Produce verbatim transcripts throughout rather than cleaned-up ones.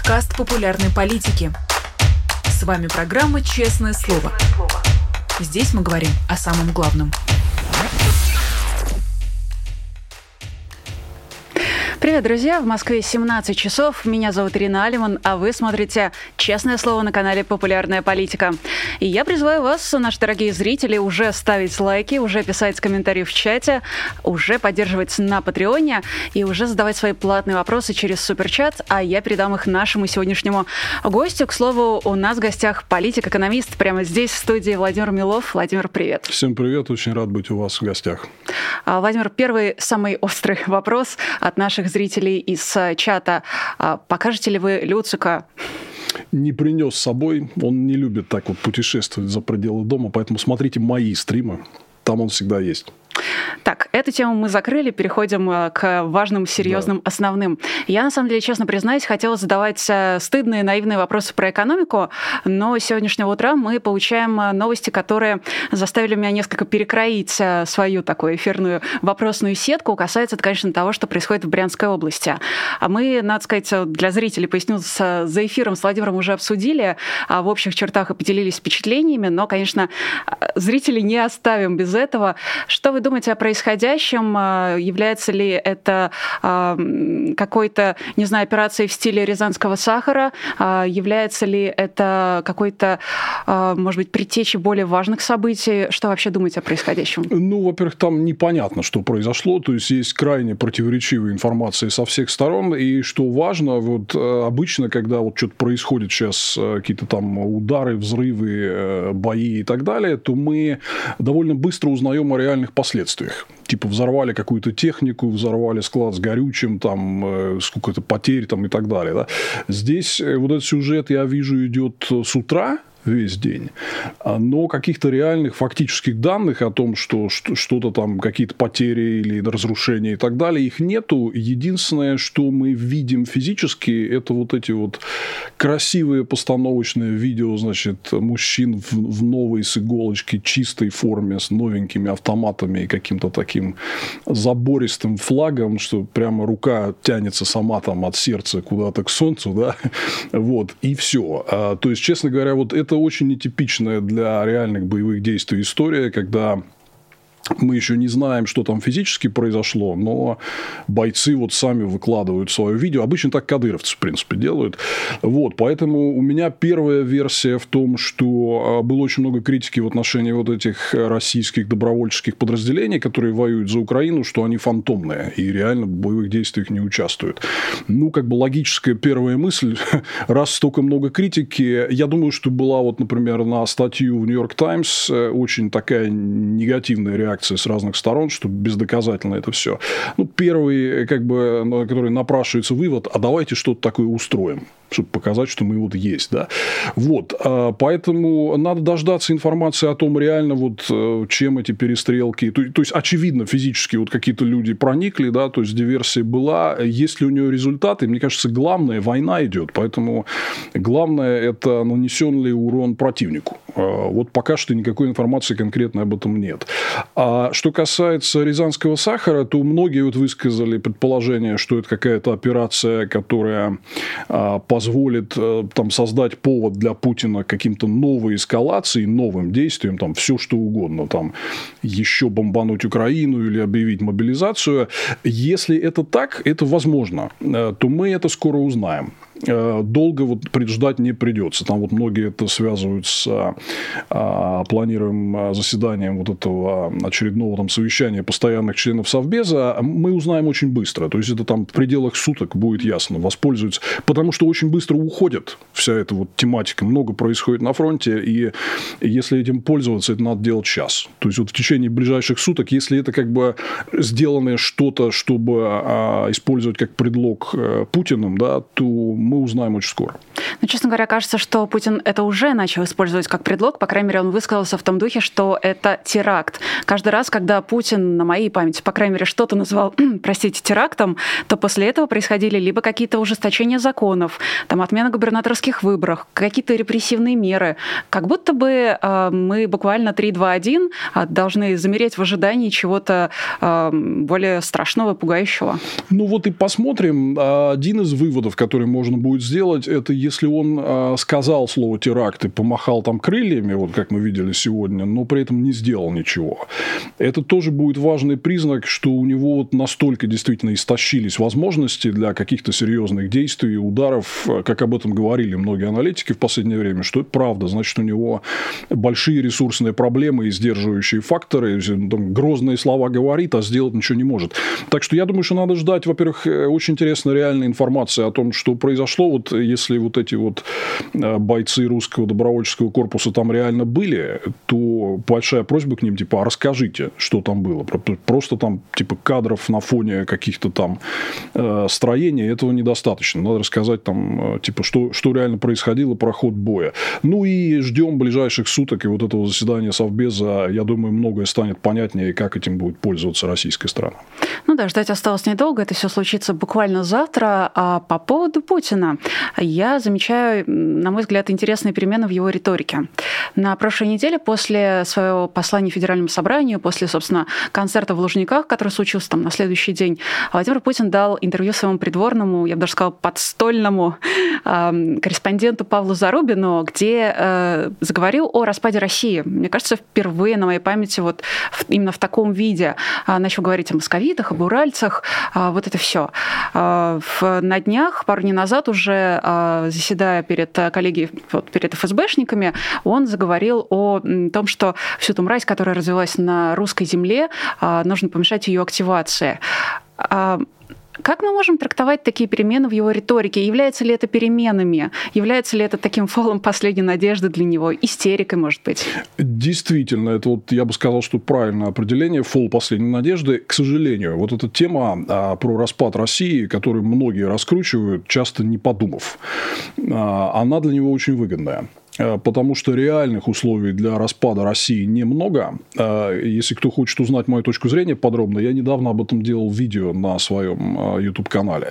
подкаст популярной политики. С вами программа «Честное слово». Здесь мы говорим о самом главном. Привет, друзья! В Москве семнадцать часов. Меня зовут Ирина Алиман, а вы смотрите «Честное слово» на канале «Популярная политика». И я призываю вас, наши дорогие зрители, уже ставить лайки, уже писать комментарии в чате, уже поддерживать на Патреоне и уже задавать свои платные вопросы через суперчат, а я передам их нашему сегодняшнему гостю. К слову, у нас в гостях политик-экономист прямо здесь, в студии, Владимир Милов. Владимир, привет! Всем привет, очень рад быть у вас в гостях. Владимир, первый, самый острый вопрос от наших зрителей из чата. Покажете ли вы Люцика? Не принес с собой. Он не любит так вот путешествовать за пределы дома, поэтому смотрите мои стримы. Там он всегда есть. Так, эту тему мы закрыли, переходим к важным, серьезным, да. основным. Я, на самом деле, честно признаюсь, хотела задавать стыдные, наивные вопросы про экономику, но с сегодняшнего утра мы получаем новости, которые заставили меня несколько перекроить свою такую эфирную вопросную сетку. Касается это, конечно, того, что происходит в Брянской области. А мы, надо сказать, для зрителей, поясню, за эфиром с Владимиром уже обсудили, в общих чертах и поделились впечатлениями, но, конечно, зрителей не оставим без этого. Что вы думаете о происходящем? Является ли это какой-то, не знаю, операцией в стиле рязанского сахара? Является ли это какой-то, может быть, предтечей более важных событий? Что вообще думаете о происходящем? Ну, во-первых, там непонятно, что произошло. То есть, есть крайне противоречивая информация со всех сторон. И что важно, вот обычно, когда вот что-то происходит сейчас, какие-то там удары, взрывы, бои и так далее, то мы довольно быстро узнаем о реальных последствиях. Типа взорвали какую-то технику, взорвали склад с горючим, там э, сколько-то потерь там, и так далее. Да? Здесь э, вот этот сюжет, я вижу, идет с утра, весь день. Но каких-то реальных фактических данных о том, что что-то там, какие-то потери или разрушения и так далее, их нету. Единственное, что мы видим физически, это вот эти вот красивые постановочные видео, значит, мужчин в, в новой с иголочки чистой форме, с новенькими автоматами и каким-то таким забористым флагом, что прямо рука тянется сама там от сердца куда-то к солнцу, да, вот, и все. То есть, честно говоря, вот это очень нетипичная для реальных боевых действий история, когда мы еще не знаем, что там физически произошло, но бойцы вот сами выкладывают свое видео. Обычно так кадыровцы, в принципе, делают. Вот, поэтому у меня первая версия в том, что было очень много критики в отношении вот этих российских добровольческих подразделений, которые воюют за Украину, что они фантомные и реально в боевых действиях не участвуют. Ну, как бы логическая первая мысль, раз столько много критики, я думаю, что была вот, например, на статью в Нью-Йорк Таймс очень такая негативная реакция с разных сторон, что бездоказательно это все. Ну, первый, как бы, который напрашивается вывод, а давайте что-то такое устроим, чтобы показать, что мы вот есть, да. Вот, поэтому надо дождаться информации о том, реально вот чем эти перестрелки, то, то есть, очевидно, физически вот какие-то люди проникли, да, то есть, диверсия была, есть ли у нее результаты, мне кажется, главное, война идет, поэтому главное, это нанесен ли урон противнику. Вот пока что никакой информации конкретной об этом нет. А что касается рязанского сахара, то многие вот высказали предположение, что это какая-то операция, которая а, позволит а, там, создать повод для Путина к каким-то новой эскалации, новым действиям, там, все что угодно, там, еще бомбануть Украину или объявить мобилизацию. Если это так, это возможно, то мы это скоро узнаем. Долго вот ждать не придется. Там вот многие это связывают с а, планируемым заседанием вот этого очередного там совещания постоянных членов Совбеза. Мы узнаем очень быстро. То есть, это там в пределах суток будет ясно. Воспользуются. Потому что очень быстро уходит вся эта вот тематика. Много происходит на фронте. И если этим пользоваться, это надо делать сейчас. То есть, вот в течение ближайших суток, если это как бы сделанное что-то, чтобы а, использовать как предлог а, Путиным, да, то мы узнаем очень скоро. Ну, честно говоря, кажется, что Путин это уже начал использовать как предлог. По крайней мере, он высказался в том духе, что это теракт. Каждый раз, когда Путин, на моей памяти, по крайней мере, что-то называл, простите, терактом, то после этого происходили либо какие-то ужесточения законов, там, отмена губернаторских выборов, какие-то репрессивные меры. Как будто бы э, мы буквально три, два, один должны замереть в ожидании чего-то э, более страшного, пугающего. Ну вот и посмотрим. Один из выводов, который можно будет сделать, это если он э, сказал слово теракт и помахал там крыльями, вот как мы видели сегодня, но при этом не сделал ничего. Это тоже будет важный признак, что у него вот настолько действительно истощились возможности для каких-то серьезных действий и ударов, как об этом говорили многие аналитики в последнее время, что это правда. Значит, у него большие ресурсные проблемы и сдерживающие факторы. Там, грозные слова говорит, а сделать ничего не может. Так что я думаю, что надо ждать, во-первых, очень интересной реальной информации о том, что произошло. Вот если вот эти вот бойцы русского добровольческого корпуса там реально были, то большая просьба к ним, типа, а расскажите, что там было. Просто там, типа, кадров на фоне каких-то там э, строений, этого недостаточно. Надо рассказать там, э, типа, что, что реально происходило, про ход боя. Ну и ждем ближайших суток и вот этого заседания Совбеза. Я думаю, многое станет понятнее, как этим будет пользоваться российская страна. Ну да, ждать осталось недолго. Это все случится буквально завтра. А по поводу Путина я замечаю, на мой взгляд, интересные перемены в его риторике. На прошлой неделе, после своего послания Федеральному собранию, после, собственно, концерта в Лужниках, который случился там на следующий день, Владимир Путин дал интервью своему придворному, я бы даже сказала, подстольному э, корреспонденту Павлу Зарубину, где э, заговорил о распаде России. Мне кажется, впервые на моей памяти вот в, именно в таком виде э, начал говорить о московитах, об уральцах, э, вот это все. Э, в, на днях, пару дней назад уже, э, заседая перед коллегией, вот, перед эф эс бэшниками, он заговорил о том, что всю ту мразь, которая развилась на русской земле, э, нужно помешать ее активации. Э, Как мы можем трактовать такие перемены в его риторике? Является ли это переменами? Является ли это таким фолом последней надежды для него? Истерикой, может быть? Действительно, это вот, я бы сказал, что правильное определение, фол последней надежды. К сожалению, вот эта тема а, про распад России, которую многие раскручивают, часто не подумав, а, она для него очень выгодная. Потому что реальных условий для распада России немного. Если кто хочет узнать мою точку зрения подробно, я недавно об этом делал видео на своем YouTube-канале.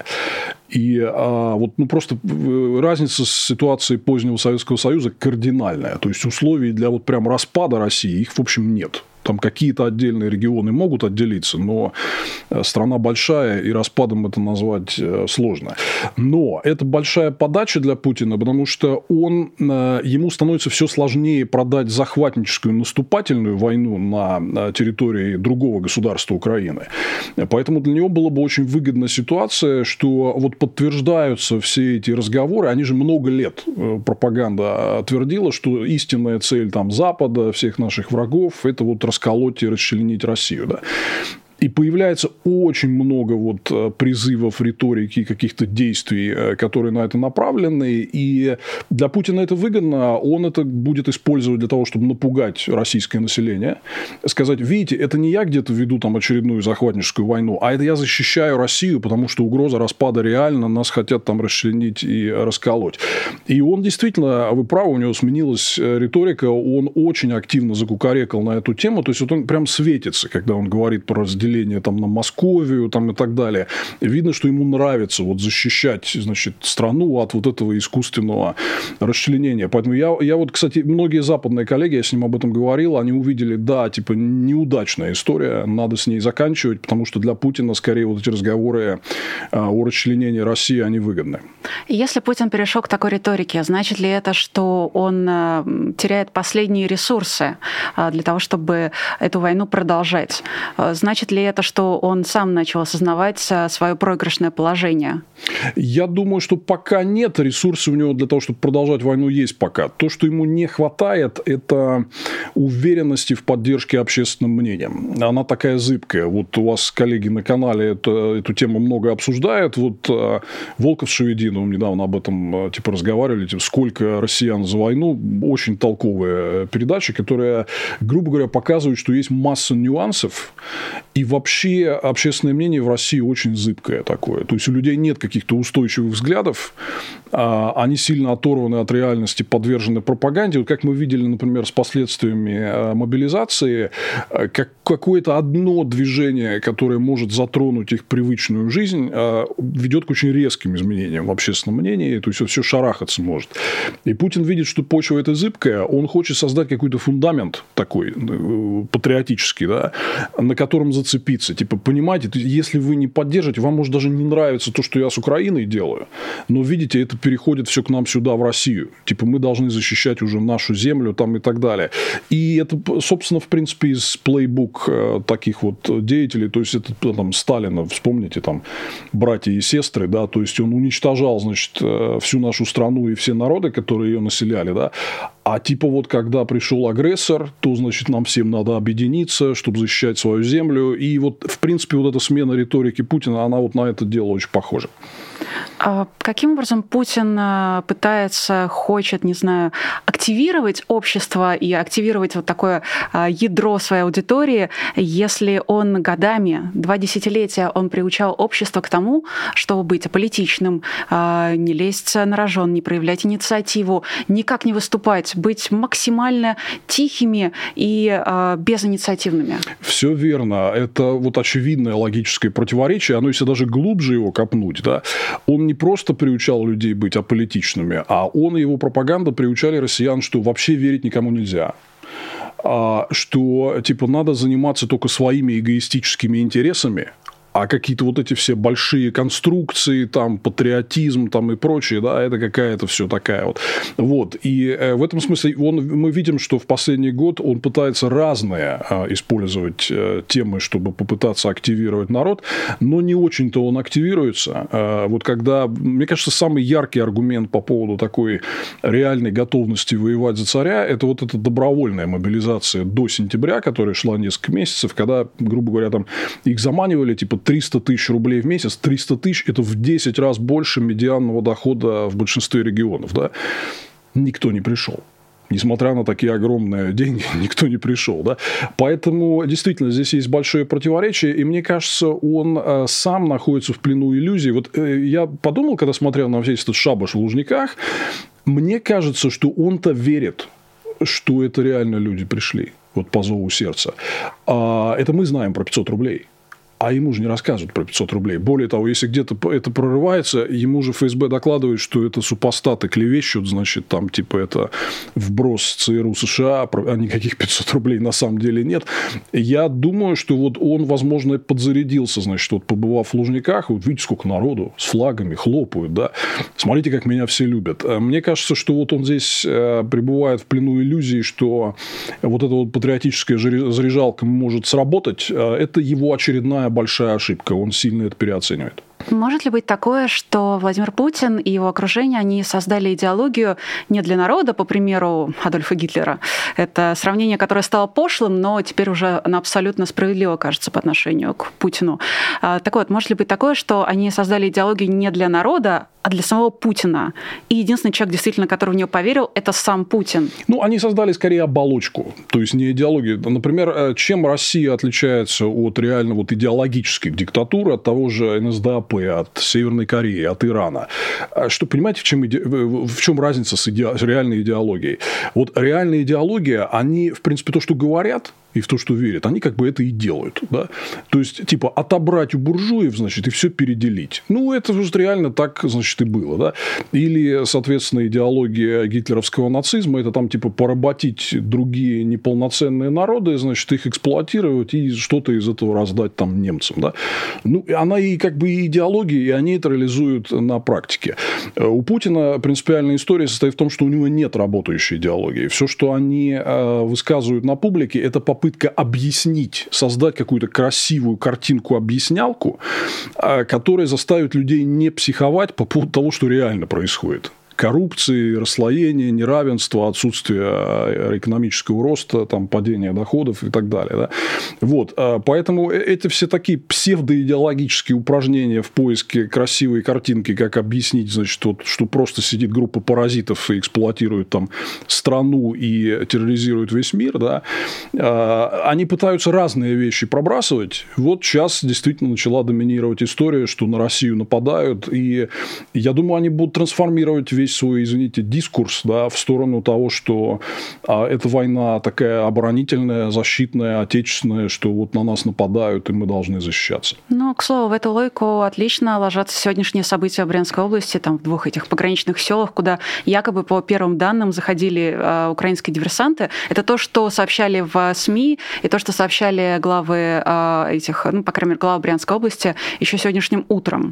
И вот, ну, просто разница с ситуацией позднего Советского Союза кардинальная. То есть условий для вот прям распада России их, в общем, нет. Там какие-то отдельные регионы могут отделиться, но страна большая, и распадом это назвать сложно. Но это большая подача для Путина, потому что он, ему становится все сложнее продать захватническую наступательную войну на территории другого государства Украины. Поэтому для него была бы очень выгодная ситуация, что вот подтверждаются все эти разговоры, они же много лет пропаганда твердила, что истинная цель там Запада, всех наших врагов, это вот расколоть и расчленить Россию, да. И появляется очень много вот призывов, риторики, каких-то действий, которые на это направлены. И для Путина это выгодно. Он это будет использовать для того, чтобы напугать российское население. Сказать, видите, это не я где-то веду там очередную захватническую войну, а это я защищаю Россию, потому что угроза распада реально, нас хотят там расчленить и расколоть. И он действительно, вы правы, у него сменилась риторика, он очень активно закукарекал на эту тему. То есть, вот он прям светится, когда он говорит про разделение там, на Московию там, и так далее. Видно, что ему нравится вот, защищать, значит, страну от вот этого искусственного расчленения. Поэтому я, я вот, кстати, многие западные коллеги, я с ним об этом говорил, они увидели, да, типа, неудачная история, надо с ней заканчивать, потому что для Путина, скорее, вот эти разговоры о расчленении России, они выгодны. Если Путин перешел к такой риторике, значит ли это, что он теряет последние ресурсы для того, чтобы эту войну продолжать? Значит ли это, что он сам начал осознавать свое проигрышное положение? Я думаю, что пока нет. Ресурсы у него для того, чтобы продолжать войну, есть пока. То, что ему не хватает, это уверенности в поддержке общественным мнением. Она такая зыбкая. Вот у вас коллеги на канале это, эту тему много обсуждают. Вот Волков с Шевединовым недавно об этом типа разговаривали. Типа, сколько россиян за войну. Очень толковая передача, которая, грубо говоря, показывает, что есть масса нюансов. И вообще общественное мнение в России очень зыбкое такое. То есть у людей нет каких-то устойчивых взглядов, они сильно оторваны от реальности, подвержены пропаганде. Вот как мы видели, например, с последствиями мобилизации, как какое-то одно движение, которое может затронуть их привычную жизнь, ведет к очень резким изменениям в общественном мнении. То есть все шарахаться может. И Путин видит, что почва эта зыбкая, он хочет создать какой-то фундамент такой патриотический, да, на котором зацепиться. Типа, понимаете, если вы не поддержите, вам может даже не нравится то, что я с Украиной делаю, но, видите, это переходит все к нам сюда, в Россию. Типа, мы должны защищать уже нашу землю там и так далее. И это, собственно, в принципе, из плейбук таких вот деятелей, то есть это там Сталина, вспомните, там, братья и сестры, да, то есть он уничтожал, значит, всю нашу страну и все народы, которые ее населяли, да, а типа вот когда пришел агрессор, то, значит, нам всем надо объединиться, чтобы защищать свою землю. И вот, в принципе, вот эта смена риторики Путина, она вот на это дело очень похожа. А каким образом Путин пытается, хочет, не знаю, активировать общество и активировать вот такое ядро своей аудитории, если он годами, два десятилетия, он приучал общество к тому, чтобы быть аполитичным, не лезть на рожон, не проявлять инициативу, никак не выступать, быть максимально тихими и безинициативными? Все верно. Это вот очевидное логическое противоречие. Оно, если даже глубже его копнуть, да, он не просто приучал людей быть аполитичными, а он и его пропаганда приучали россиян, что вообще верить никому нельзя. Что, типа, надо заниматься только своими эгоистическими интересами, а какие-то вот эти все большие конструкции, там, патриотизм там, и прочее, да, это какая-то все такая вот. Вот. И э, в этом смысле он, мы видим, что в последний год он пытается разные э, использовать э, темы, чтобы попытаться активировать народ, но не очень-то он активируется. Э, вот когда, мне кажется, самый яркий аргумент по поводу такой реальной готовности воевать за царя, это вот эта добровольная мобилизация до сентября, которая шла несколько месяцев, когда, грубо говоря, там их заманивали, типа, триста тысяч рублей в месяц. триста тысяч – это в десять раз больше медианного дохода в большинстве регионов. Да? Никто не пришел. Несмотря на такие огромные деньги, никто не пришел. Да? Поэтому, действительно, здесь есть большое противоречие. И мне кажется, он э, сам находится в плену иллюзий. Вот э, я подумал, когда смотрел на весь этот шабаш в Лужниках, мне кажется, что он-то верит, что это реально люди пришли. Вот по зову сердца. А это мы знаем про пятьсот рублей. А ему же не рассказывают про пятьсот рублей. Более того, если где-то это прорывается, ему же эф эс бэ докладывает, что это супостаты клевещут, значит, там, типа, это вброс ЦРУ США, а никаких пятьсот рублей на самом деле нет. Я думаю, что вот он, возможно, подзарядился, значит, вот побывав в Лужниках, вот видите, сколько народу с флагами хлопают, да. Смотрите, как меня все любят. Мне кажется, что вот он здесь пребывает в плену иллюзий, что вот эта вот патриотическая заряжалка может сработать. Это его очередная большая ошибка. Он сильно это переоценивает. Может ли быть такое, что Владимир Путин и его окружение, они создали идеологию не для народа, по примеру Адольфа Гитлера? Это сравнение, которое стало пошлым, но теперь уже оно абсолютно справедливо, кажется, по отношению к Путину. Так вот, может ли быть такое, что они создали идеологию не для народа, а для самого Путина? И единственный человек, действительно, который в нее поверил, это сам Путин. Ну, они создали скорее оболочку, то есть не идеологию. Например, чем Россия отличается от реально вот идеологических диктатур, от того же эн эс дэ а пэ, от Северной Кореи, от Ирана? Что, понимаете, в чем, иде... в чем разница с, иде... с реальной идеологией? Вот реальная идеология, они, в принципе, то, что говорят, и в то, что верят, они как бы это и делают. Да? То есть, типа, отобрать у буржуев, значит, и все переделить. Ну, это же реально так, значит, и было. Да? Или, соответственно, идеология гитлеровского нацизма, это там, типа, поработить другие неполноценные народы, значит, их эксплуатировать и что-то из этого раздать там немцам. Да? Ну, она и как бы и идеология, и они это реализуют на практике. У Путина принципиальная история состоит в том, что у него нет работающей идеологии. Все, что они высказывают на публике, это попытка попытка объяснить, создать какую-то красивую картинку-объяснялку, которая заставит людей не психовать по поводу того, что реально происходит. коррупции, расслоения, неравенства, отсутствия экономического роста, там, падения доходов и так далее. Да? Вот. Поэтому это все такие псевдоидеологические упражнения в поиске красивой картинки, как объяснить, значит, вот, что просто сидит группа паразитов и эксплуатирует там страну и терроризирует весь мир. Да? Они пытаются разные вещи пробрасывать. Вот сейчас действительно начала доминировать история, что на Россию нападают. И я думаю, они будут трансформировать весь свой, извините, дискурс, да, в сторону того, что а, эта война такая оборонительная, защитная, отечественная, что вот на нас нападают, и мы должны защищаться. Ну, к слову, в эту логику отлично ложатся сегодняшние события в Брянской области, там в двух этих пограничных селах, куда якобы по первым данным заходили а, украинские диверсанты. Это то, что сообщали в СМИ, и то, что сообщали главы а, этих, ну, по крайней мере, главы Брянской области еще сегодняшним утром.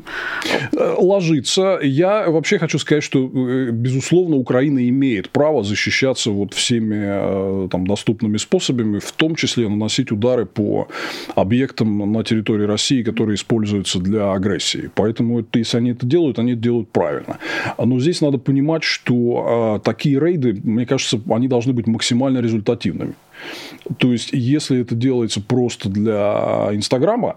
Ложится. Я вообще хочу сказать, что, безусловно, Украина имеет право защищаться вот всеми там, доступными способами, в том числе наносить удары по объектам на территории России, которые используются для агрессии. Поэтому, это, если они это делают, они это делают правильно. Но здесь надо понимать, что такие рейды, мне кажется, они должны быть максимально результативными. То есть, если это делается просто для Инстаграма,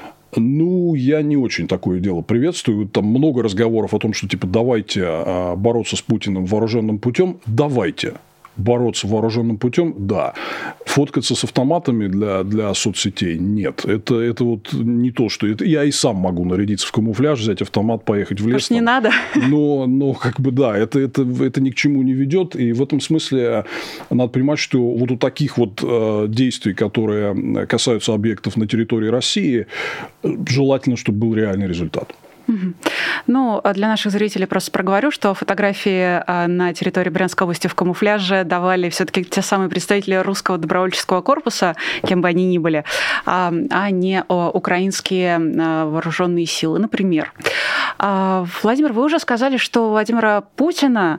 ну, я не очень такое дело приветствую. Там много разговоров о том, что, типа, давайте бороться с Путиным вооруженным путем. Давайте бороться вооруженным путем, да. Фоткаться с автоматами для, для соцсетей нет. Это, это вот не то, что... Это, я и сам могу нарядиться в камуфляж, взять автомат, поехать в лес. Может, не надо. Но, но, как бы, да, это, это, это ни к чему не ведет. И в этом смысле надо понимать, что вот у таких вот э, действий, которые касаются объектов на территории России, желательно, чтобы был реальный результат. Ну, для наших зрителей просто проговорю, что фотографии на территории Брянской области в камуфляже давали все-таки те самые представители русского добровольческого корпуса, кем бы они ни были, а не украинские вооруженные силы, например. Владимир, вы уже сказали, что у Владимира Путина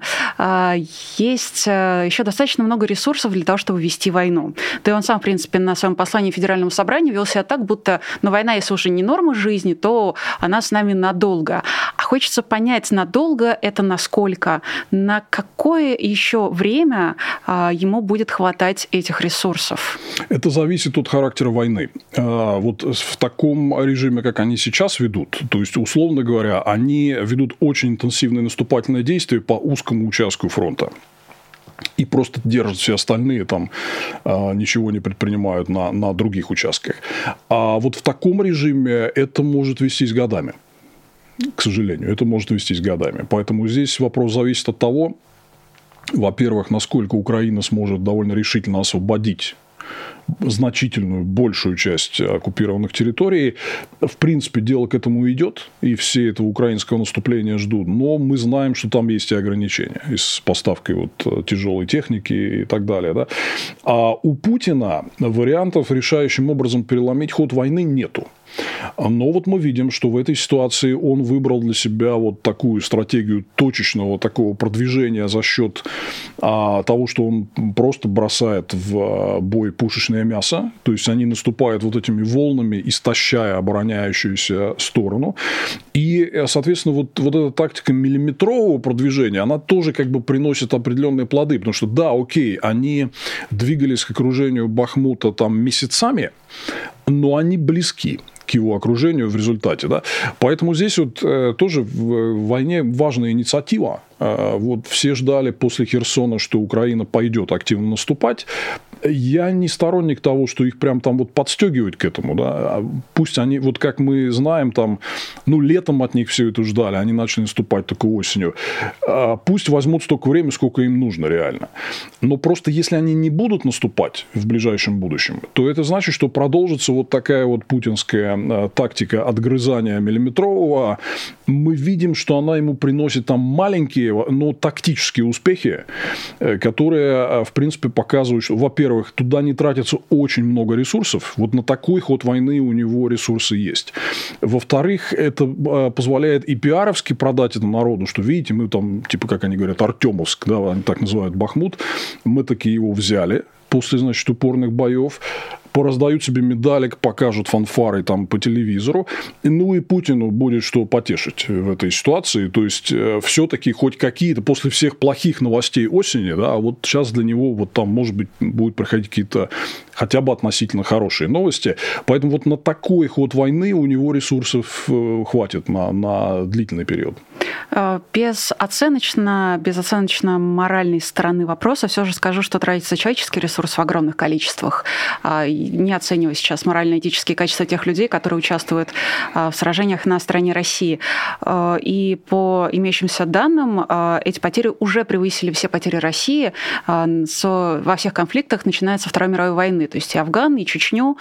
есть еще достаточно много ресурсов для того, чтобы вести войну. Да и он сам, в принципе, на своем послании Федеральному собранию вел себя так, будто ну, война, если уже не норма жизни, то она с нами надолго. А хочется понять, надолго это насколько, на какое еще время ему будет хватать этих ресурсов? Это зависит от характера войны. Вот в таком режиме, как они сейчас ведут, то есть, условно говоря, они ведут очень интенсивные наступательные действия по узкому участку фронта. И просто держат все остальные, там ничего не предпринимают на, на других участках. А вот в таком режиме это может вестись годами. К сожалению, это может вестись годами. Поэтому здесь вопрос зависит от того, во-первых, насколько Украина сможет довольно решительно освободить значительную, большую часть оккупированных территорий. В принципе, дело к этому идет, и все этого украинского наступления ждут. Но мы знаем, что там есть и ограничения и с поставкой вот тяжелой техники и так далее. Да? А у Путина вариантов решающим образом переломить ход войны нету. Но вот мы видим, что в этой ситуации он выбрал для себя вот такую стратегию точечного такого продвижения за счет а, того, что он просто бросает в бой пушечное мясо. То есть, они наступают вот этими волнами, истощая обороняющуюся сторону. И, соответственно, вот, вот эта тактика миллиметрового продвижения, она тоже как бы приносит определенные плоды. Потому что, да, окей, они двигались к окружению Бахмута там месяцами, но они близки к его окружению в результате. Да? Поэтому здесь вот э, тоже в войне важная инициатива. Э, вот все ждали после Херсона, что Украина пойдет активно наступать. Я не сторонник того, что их прям там вот подстегивать к этому. Да? Пусть они, вот как мы знаем, там, ну, летом от них все это ждали, они начали наступать только осенью. Пусть возьмут столько времени, сколько им нужно реально. Но просто если они не будут наступать в ближайшем будущем, то это значит, что продолжится вот такая вот путинская тактика отгрызания миллиметрового. Мы видим, что она ему приносит там маленькие, но тактические успехи, которые, в принципе, показывают, что, во-первых, туда не тратится очень много ресурсов. Вот на такой ход войны у него ресурсы есть. Во-вторых, это позволяет и пиаровски продать это народу, что, видите, мы там, типа, как они говорят, Артемовск, да, они так называют Бахмут, мы таки его взяли после, значит, упорных боев, пораздают себе медалек, покажут фанфары там по телевизору. Ну и Путину будет что потешить в этой ситуации. То есть, все-таки хоть какие-то, после всех плохих новостей осени, да, вот сейчас для него вот там, может быть, будут проходить какие-то хотя бы относительно хорошие новости. Поэтому вот на такой ход войны у него ресурсов хватит на, на длительный период. Безоценочно, безоценочно моральной стороны вопроса все же скажу, что тратится человеческий ресурс в огромных количествах. Не оценивая сейчас морально-этические качества тех людей, которые участвуют в сражениях на стороне России. И по имеющимся данным, эти потери уже превысили все потери России во всех конфликтах, начиная со Второй мировой войны. То есть и Афган, и Чечню.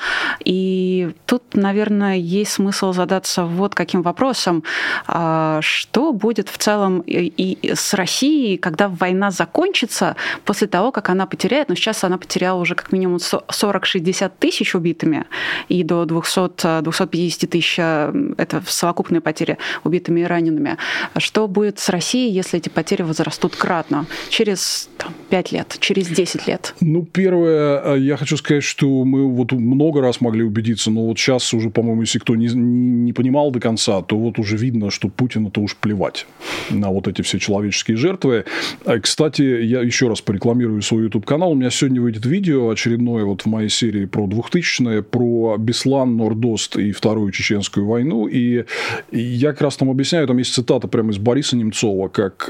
И тут, наверное, есть смысл задаться вот каким вопросом. Что будет в целом и с Россией, когда война закончится, после того, как она потеряет, но сейчас она потеряла уже как минимум сорок-шестьдесят тысяч убитыми и до двести-двести пятьдесят тысяч, это совокупные потери убитыми и ранеными. Что будет с Россией, если эти потери возрастут кратно? Через там, пять лет, через десять лет? Ну, первое, я хочу сказать, что мы вот много раз могли убедиться, но вот сейчас уже, по-моему, если кто не, не понимал до конца, то вот уже видно, что Путину-то уж плевать на вот эти все человеческие жертвы. Кстати, я еще раз порекламирую свой YouTube-канал. У меня сегодня выйдет видео очередное вот в моей серии про двухтысячные, про Беслан, Нордост и Вторую Чеченскую войну. И я как раз там объясняю, там есть цитата прямо из Бориса Немцова, как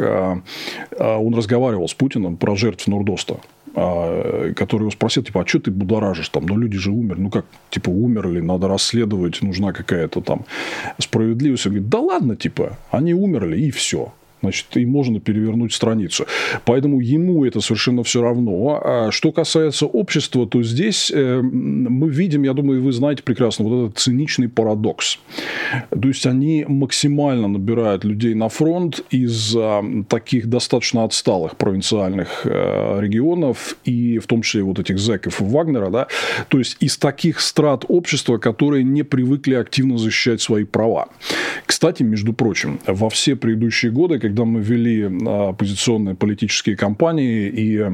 он разговаривал с Путиным про жертв Нордоста, который его спросил, типа, а что ты будоражишь там? Ну, люди же умерли. Ну, как, типа, умерли, надо расследовать, нужна какая-то там справедливость. Он говорит, да ладно, типа, они умерли, и все. Значит, и можно перевернуть страницу. Поэтому ему это совершенно все равно. А что касается общества, то здесь мы видим, я думаю, вы знаете прекрасно, вот этот циничный парадокс. То есть, они максимально набирают людей на фронт из таких достаточно отсталых провинциальных регионов, и в том числе вот этих зэков Вагнера, да, то есть, из таких страт общества, которые не привыкли активно защищать свои права. Кстати, между прочим, во все предыдущие годы, когда когда мы вели оппозиционные политические кампании, и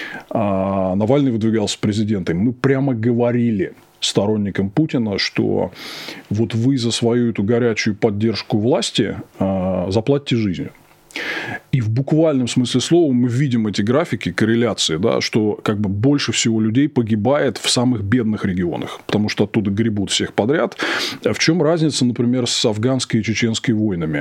Навальный выдвигался президентом, мы прямо говорили сторонникам Путина, что вот вы за свою эту горячую поддержку власти заплатите жизнью. И в буквальном смысле слова мы видим эти графики, корреляции, да, что как бы больше всего людей погибает в самых бедных регионах, потому что оттуда гребут всех подряд. В чем разница, например, с афганской и чеченской войнами?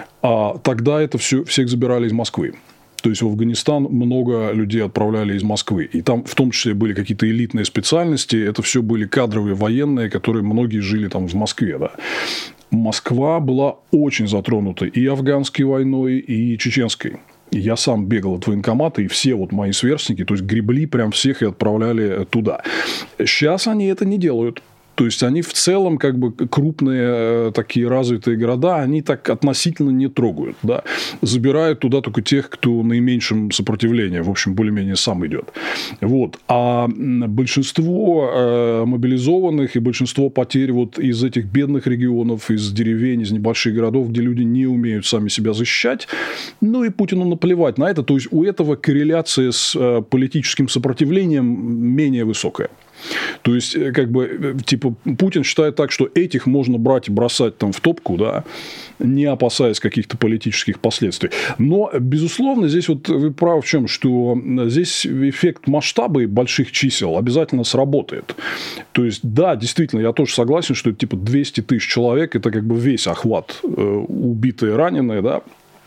А тогда это все, всех забирали из Москвы. То есть в Афганистан много людей отправляли из Москвы. И там в том числе были какие-то элитные специальности. Это все были кадровые военные, которые многие жили там в Москве. Да. Москва была очень затронута и афганской войной, и чеченской. Я сам бегал от военкомата, и все вот мои сверстники, то есть гребли прям всех и отправляли туда. Сейчас они это не делают. То есть, они в целом, как бы, крупные такие развитые города, они так относительно не трогают. Да? Забирают туда только тех, кто наименьшим сопротивлением, в общем, более-менее сам идет. Вот. А большинство э, мобилизованных и большинство потерь вот из этих бедных регионов, из деревень, из небольших городов, где люди не умеют сами себя защищать, ну и Путину наплевать на это. То есть, у этого корреляция с э, политическим сопротивлением менее высокая. То есть, как бы, типа, Путин считает так, что этих можно брать и бросать там в топку, да, не опасаясь каких-то политических последствий. Но, безусловно, здесь вот вы правы в чем, что здесь эффект масштаба и больших чисел обязательно сработает. То есть, да, действительно, я тоже согласен, что это типа двести тысяч человек, это как бы весь охват э, убитые, раненые, да,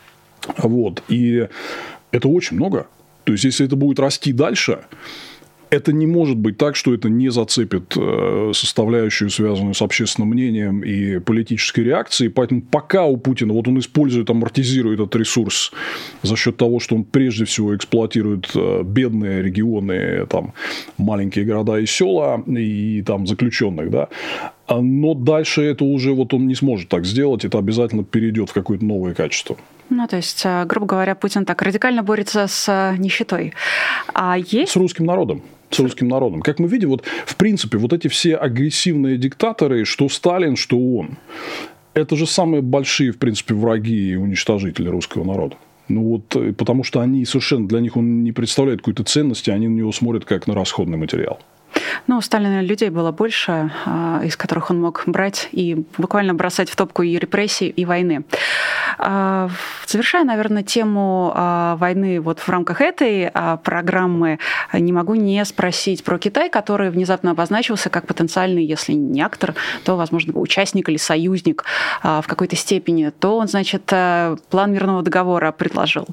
вот, и это очень много. То есть, если это будет расти дальше, это не может быть так, что это не зацепит составляющую, связанную с общественным мнением и политической реакцией. Поэтому пока у Путина вот он использует, амортизирует этот ресурс за счет того, что он прежде всего эксплуатирует бедные регионы, там, маленькие города и села, и там заключенных, да. Но дальше это уже вот он не сможет так сделать, это обязательно перейдет в какое-то новое качество. Ну, то есть, грубо говоря, Путин так радикально борется с нищетой. А есть... С русским народом. С русским народом. Как мы видим, вот, в принципе, вот эти все агрессивные диктаторы, что Сталин, что он, это же самые большие, в принципе, враги и уничтожители русского народа. Ну вот, потому что они совершенно, для них он не представляет какой-то ценности, они на него смотрят как на расходный материал. Ну, у Сталина людей было больше, из которых он мог брать и буквально бросать в топку и репрессий, и войны. Завершая, наверное, тему войны вот в рамках этой программы, не могу не спросить про Китай, который внезапно обозначился как потенциальный, если не актор, то, возможно, участник или союзник в какой-то степени. То он, значит, план мирного договора предложил.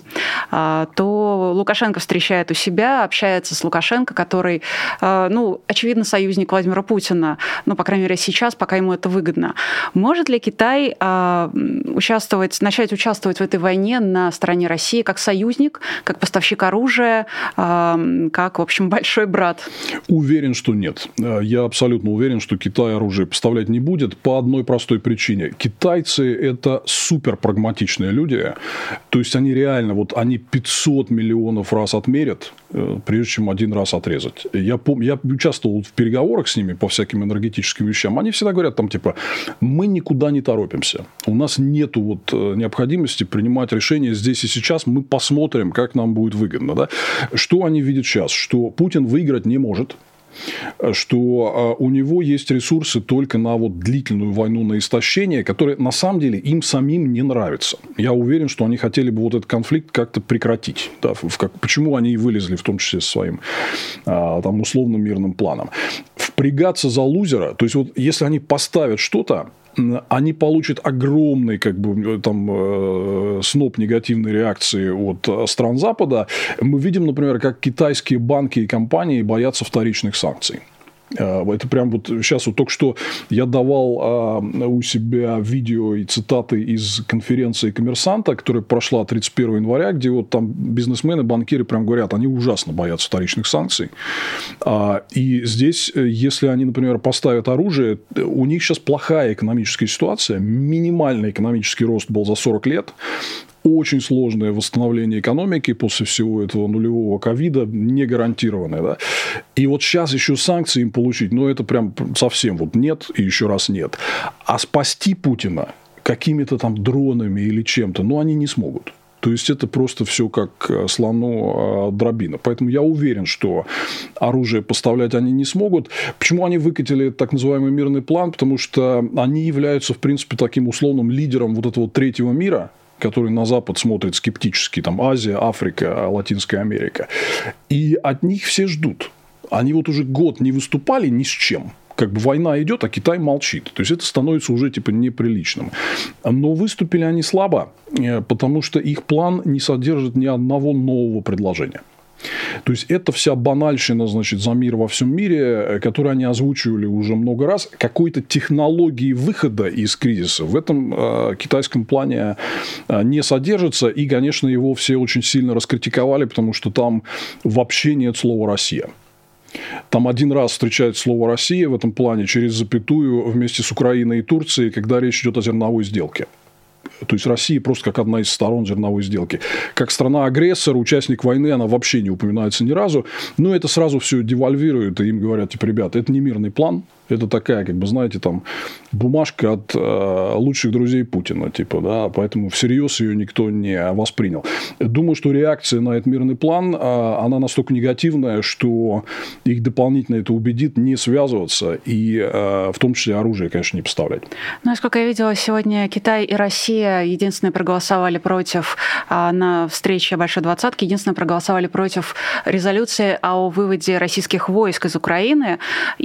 То Лукашенко встречает у себя, общается с Лукашенко, который, ну, очевидно, союзник Владимира Путина, ну, по крайней мере, сейчас, пока ему это выгодно. Может ли Китай э, участвовать, начать участвовать в этой войне на стороне России как союзник, как поставщик оружия, э, как, в общем, большой брат? Уверен, что нет. Я абсолютно уверен, что Китай оружие поставлять не будет по одной простой причине. Китайцы – это суперпрагматичные люди, то есть они реально, вот они пятьсот миллионов раз отмерят, прежде чем один раз отрезать. Я помню, я участвовал в переговорах с ними по всяким энергетическим вещам. Они всегда говорят там типа: мы никуда не торопимся. У нас нету вот необходимости принимать решения здесь и сейчас. Мы посмотрим, как нам будет выгодно. Да? Что они видят сейчас? Что Путин выиграть не может. Что у него есть ресурсы только на вот длительную войну на истощение, которая на самом деле им самим не нравится. Я уверен, что они хотели бы вот этот конфликт как-то прекратить. Да, в как, почему они и вылезли, в том числе, со своим там, условным мирным планом. Впрягаться за лузера, то есть, вот, если они поставят что-то, они получат огромный как бы, там, сноп негативной реакции от стран Запада. Мы видим, например, как китайские банки и компании боятся вторичных санкций. Это прям вот сейчас вот только что я давал у себя видео и цитаты из конференции «Коммерсанта», которая прошла тридцать первого января, где вот там бизнесмены, банкиры прям говорят, они ужасно боятся вторичных санкций. И здесь, если они, например, поставят оружие, у них сейчас плохая экономическая ситуация, минимальный экономический рост был за сорок лет. Очень сложное восстановление экономики после всего этого нулевого ковида, не гарантированное. Да? И вот сейчас еще санкции им получить, ну, это прям совсем вот нет и еще раз нет. А спасти Путина какими-то там дронами или чем-то, ну, они не смогут. То есть, это просто все как слону дробина. Поэтому я уверен, что оружие поставлять они не смогут. Почему они выкатили так называемый мирный план? Потому что они являются, в принципе, таким условным лидером вот этого третьего мира, который на Запад смотрит скептически, там Азия, Африка, Латинская Америка. И от них все ждут. Они вот уже год не выступали ни с чем. Как бы война идет, а Китай молчит. То есть, это становится уже типа неприличным. Но выступили они слабо, потому что их план не содержит ни одного нового предложения. То есть, это вся банальщина, значит, за мир во всем мире, которую они озвучивали уже много раз. Какой-то технологии выхода из кризиса в этом э, китайском плане э, не содержится. И, конечно, его все очень сильно раскритиковали, потому что там вообще нет слова «Россия». Там один раз встречается слово «Россия» в этом плане через запятую вместе с Украиной и Турцией, когда речь идет о зерновой сделке. То есть, Россия просто как одна из сторон зерновой сделки. Как страна-агрессор, участник войны, она вообще не упоминается ни разу. Но это сразу все девальвирует, и им говорят, типа, ребята, это не мирный план. Это такая, как бы, знаете, там, бумажка от э, лучших друзей Путина, типа, да, поэтому всерьез ее никто не воспринял. Думаю, что реакция на этот мирный план, э, она настолько негативная, что их дополнительно это убедит не связываться и э, в том числе оружие, конечно, не поставлять. Ну, насколько я видела, сегодня Китай и Россия единственные проголосовали против, э, на встрече Большой Двадцатки, единственные проголосовали против резолюции о выводе российских войск из Украины.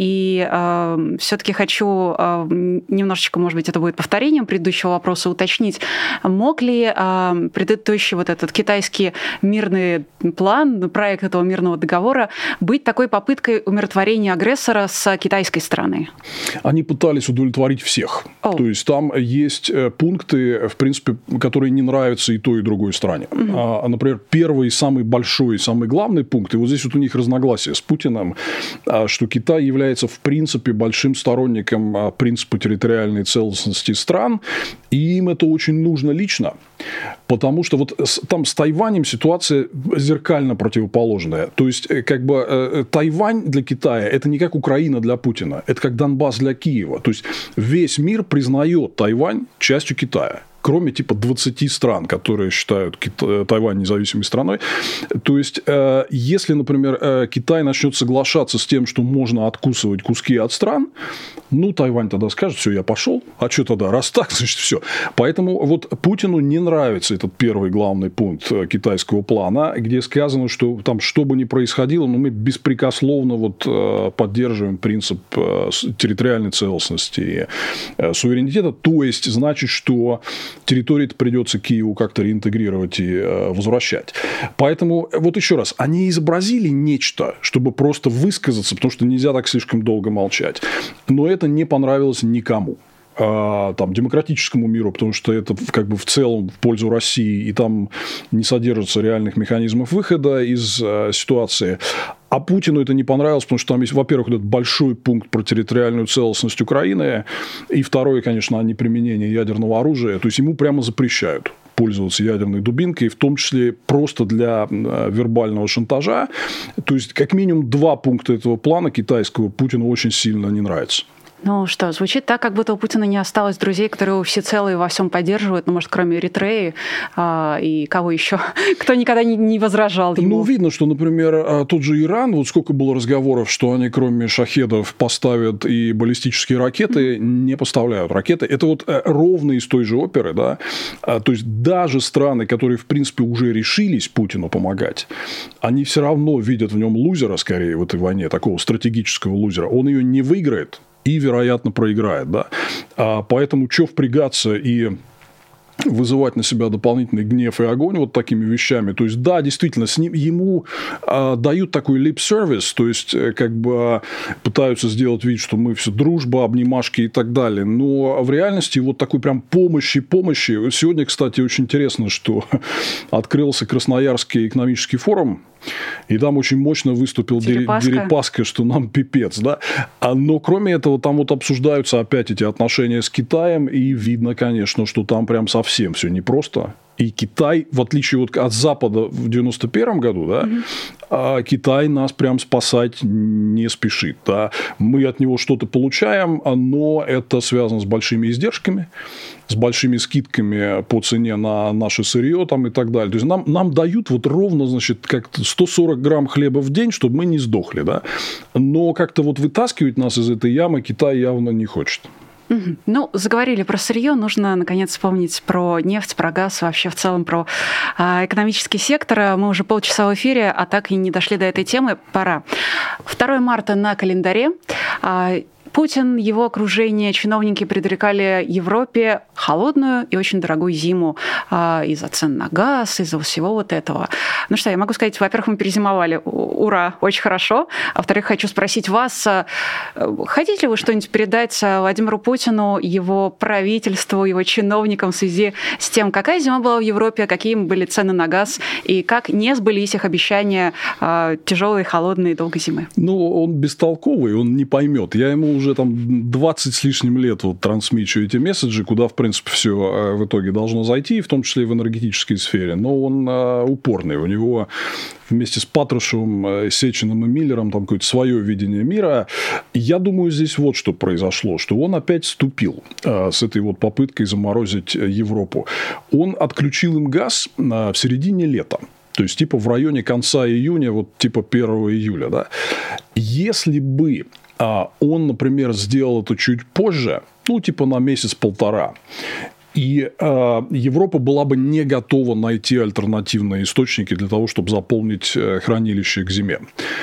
И э, все-таки хочу немножечко, может быть, это будет повторением предыдущего вопроса, уточнить, мог ли предыдущий вот этот китайский мирный план, проект этого мирного договора быть такой попыткой умиротворения агрессора с китайской стороны? Они пытались удовлетворить всех. Oh. То есть, там есть пункты, в принципе, которые не нравятся и той, и другой стороне. Uh-huh. Например, первый, самый большой, самый главный пункт, и вот здесь вот у них разногласия с Путиным, что Китай является, в принципе, большим сторонником принципа территориальной целостности стран, и им это очень нужно лично, потому что вот там с Тайванем ситуация зеркально противоположная. То есть, как бы Тайвань для Китая – это не как Украина для Путина, это как Донбасс для Киева. То есть, весь мир признает Тайвань частью Китая. кроме типа двадцати стран, которые считают Кита- Тайвань независимой страной. То есть, э, если, например, э, Китай начнет соглашаться с тем, что можно откусывать куски от стран, ну, Тайвань тогда скажет, все, я пошел, а что тогда, раз так, значит, все. Поэтому вот Путину не нравится этот первый главный пункт китайского плана, где сказано, что там, что бы ни происходило, но мы беспрекословно вот поддерживаем принцип территориальной целостности и суверенитета, то есть, значит, что территорию придется Киеву как-то реинтегрировать и возвращать. Поэтому, вот еще раз, они изобразили нечто, чтобы просто высказаться, потому что нельзя так слишком долго молчать. Но это не понравилось никому. Там, демократическому миру, потому что это как бы в целом в пользу России, и там не содержится реальных механизмов выхода из э, ситуации. А Путину это не понравилось, потому что там есть, во-первых, этот большой пункт про территориальную целостность Украины, и второе, конечно, неприменение ядерного оружия. То есть, ему прямо запрещают пользоваться ядерной дубинкой, в том числе просто для вербального шантажа. То есть, как минимум, два пункта этого плана китайского Путину очень сильно не нравятся. Ну что, звучит так, как будто у Путина не осталось друзей, которые его всецело и во всем поддерживают, ну, может, кроме Эритреи а, и кого еще, кто никогда не, не возражал ему. Ну, видно, что, например, тот же Иран, вот сколько было разговоров, что они, кроме шахедов, поставят и баллистические ракеты, mm-hmm. не поставляют ракеты. Это вот ровно из той же оперы, да. То есть, даже страны, которые, в принципе, уже решились Путину помогать, они все равно видят в нем лузера, скорее, в этой войне, такого стратегического лузера. Он ее не выиграет и, вероятно, проиграет, да. А поэтому что впрягаться и вызывать на себя дополнительный гнев и огонь вот такими вещами. То есть, да, действительно, с ним, ему а, дают такой lip-service, то есть, как бы пытаются сделать вид, что мы все дружба, обнимашки и так далее. Но в реальности вот такой прям помощи, помощи. Сегодня, кстати, очень интересно, что открылся Красноярский экономический форум, и там очень мощно выступил Дерипаска. Дерипаска, что нам пипец, да. Но кроме этого, там вот обсуждаются опять эти отношения с Китаем, и видно, конечно, что там прям совсем все непросто. И Китай, в отличие вот от Запада в девяносто первом году, да, mm-hmm. Китай нас прям спасать не спешит. Да. Мы от него что-то получаем, но это связано с большими издержками, с большими скидками по цене на наше сырье там, и так далее. То есть, нам, нам дают вот ровно, значит, как сто сорок грамм хлеба в день, чтобы мы не сдохли. Да. Но как-то вот вытаскивать нас из этой ямы Китай явно не хочет. Ну, заговорили про сырье, нужно, наконец, вспомнить про нефть, про газ, вообще в целом про а, экономический сектор. Мы уже полчаса в эфире, а так и не дошли до этой темы. Пора. второго марта на календаре. А, Путин, его окружение, чиновники предрекали Европе холодную и очень дорогую зиму а, из-за цен на газ, из-за всего вот этого. Ну что, я могу сказать, во-первых, мы перезимовали. Ура, очень хорошо. А во-вторых, хочу спросить вас, а, хотите ли вы что-нибудь передать Владимиру Путину, его правительству, его чиновникам в связи с тем, какая зима была в Европе, какие были цены на газ и как не сбылись их обещания а, тяжелой, холодной, долгой зимы? Ну, он бестолковый, он не поймет. Я ему уже там двадцать с лишним лет вот трансмичу эти месседжи, куда, в принципе, все в итоге должно зайти, в том числе и в энергетической сфере. Но он а, упорный. У него вместе с Патрушевым, Сечиным и Миллером там какое-то свое видение мира. Я думаю, здесь вот что произошло, что он опять вступил а, с этой вот попыткой заморозить Европу. Он отключил им газ а, в середине лета. То есть, типа, в районе конца июня, вот типа первого июля. Да? Если бы он, например, сделал это чуть позже, ну, типа на месяц-полтора, и э, Европа была бы не готова найти альтернативные источники для того, чтобы заполнить хранилище к зиме.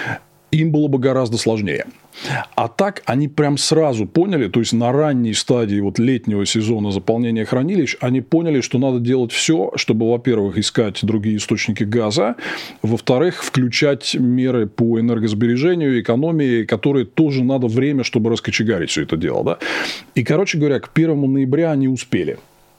Им было бы гораздо сложнее. А так они прям сразу поняли, то есть на ранней стадии вот летнего сезона заполнения хранилищ, они поняли, что надо делать все, чтобы, во-первых, искать другие источники газа, во-вторых, включать меры по энергосбережению, экономии, которые тоже надо время, чтобы раскочегарить все это дело. Да? И, короче говоря, к первому ноября они успели.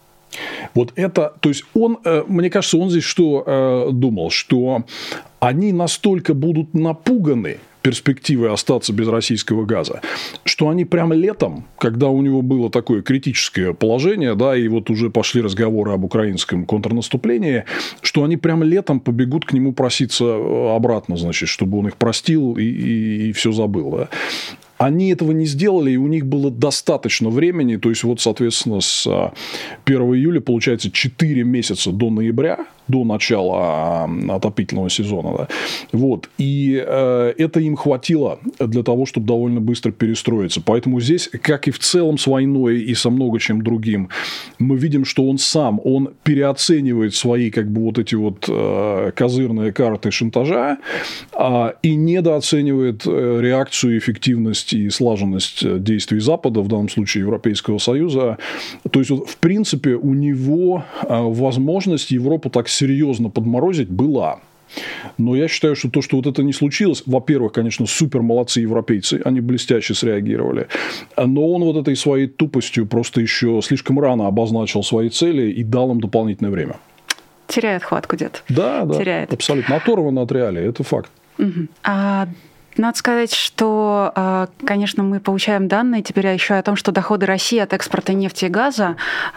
Вот это, то есть он, мне кажется, он здесь что думал, что они настолько будут напуганы перспективой остаться без российского газа, что они прямо летом, когда у него было такое критическое положение, да, и вот уже пошли разговоры об украинском контрнаступлении, что они прямо летом побегут к нему проситься обратно, значит, чтобы он их простил и, и, и все забыл, да. Они этого не сделали, и у них было достаточно времени. То есть, вот, соответственно, с первого июля, получается, четыре месяца до ноября, до начала отопительного сезона. Да? Вот. И э, это им хватило для того, чтобы довольно быстро перестроиться. Поэтому здесь, как и в целом с войной и со много чем другим, мы видим, что он сам, он переоценивает свои как бы вот эти вот э, козырные карты шантажа э, и недооценивает реакцию, эффективность и слаженность действий Запада, в данном случае Европейского Союза. То есть, вот, в принципе, у него э, возможность Европу так серьезно подморозить была. Но я считаю, что то, что вот это не случилось, во-первых, конечно, супер молодцы европейцы, они блестяще среагировали, но он вот этой своей тупостью просто еще слишком рано обозначил свои цели и дал им дополнительное время. Теряет хватку где-то. Да, да, теряет. Абсолютно оторван от реалий, это факт. Угу. А... Надо сказать, что, конечно, мы получаем данные теперь еще о том, что доходы России от экспорта нефти и газа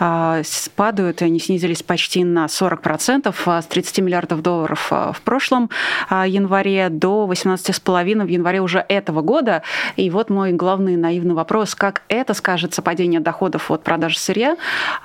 падают, и они снизились почти на сорок процентов, с тридцати миллиардов долларов в прошлом январе до восемнадцати с половиной в январе уже этого года. И вот мой главный наивный вопрос, как это скажется падение доходов от продажи сырья,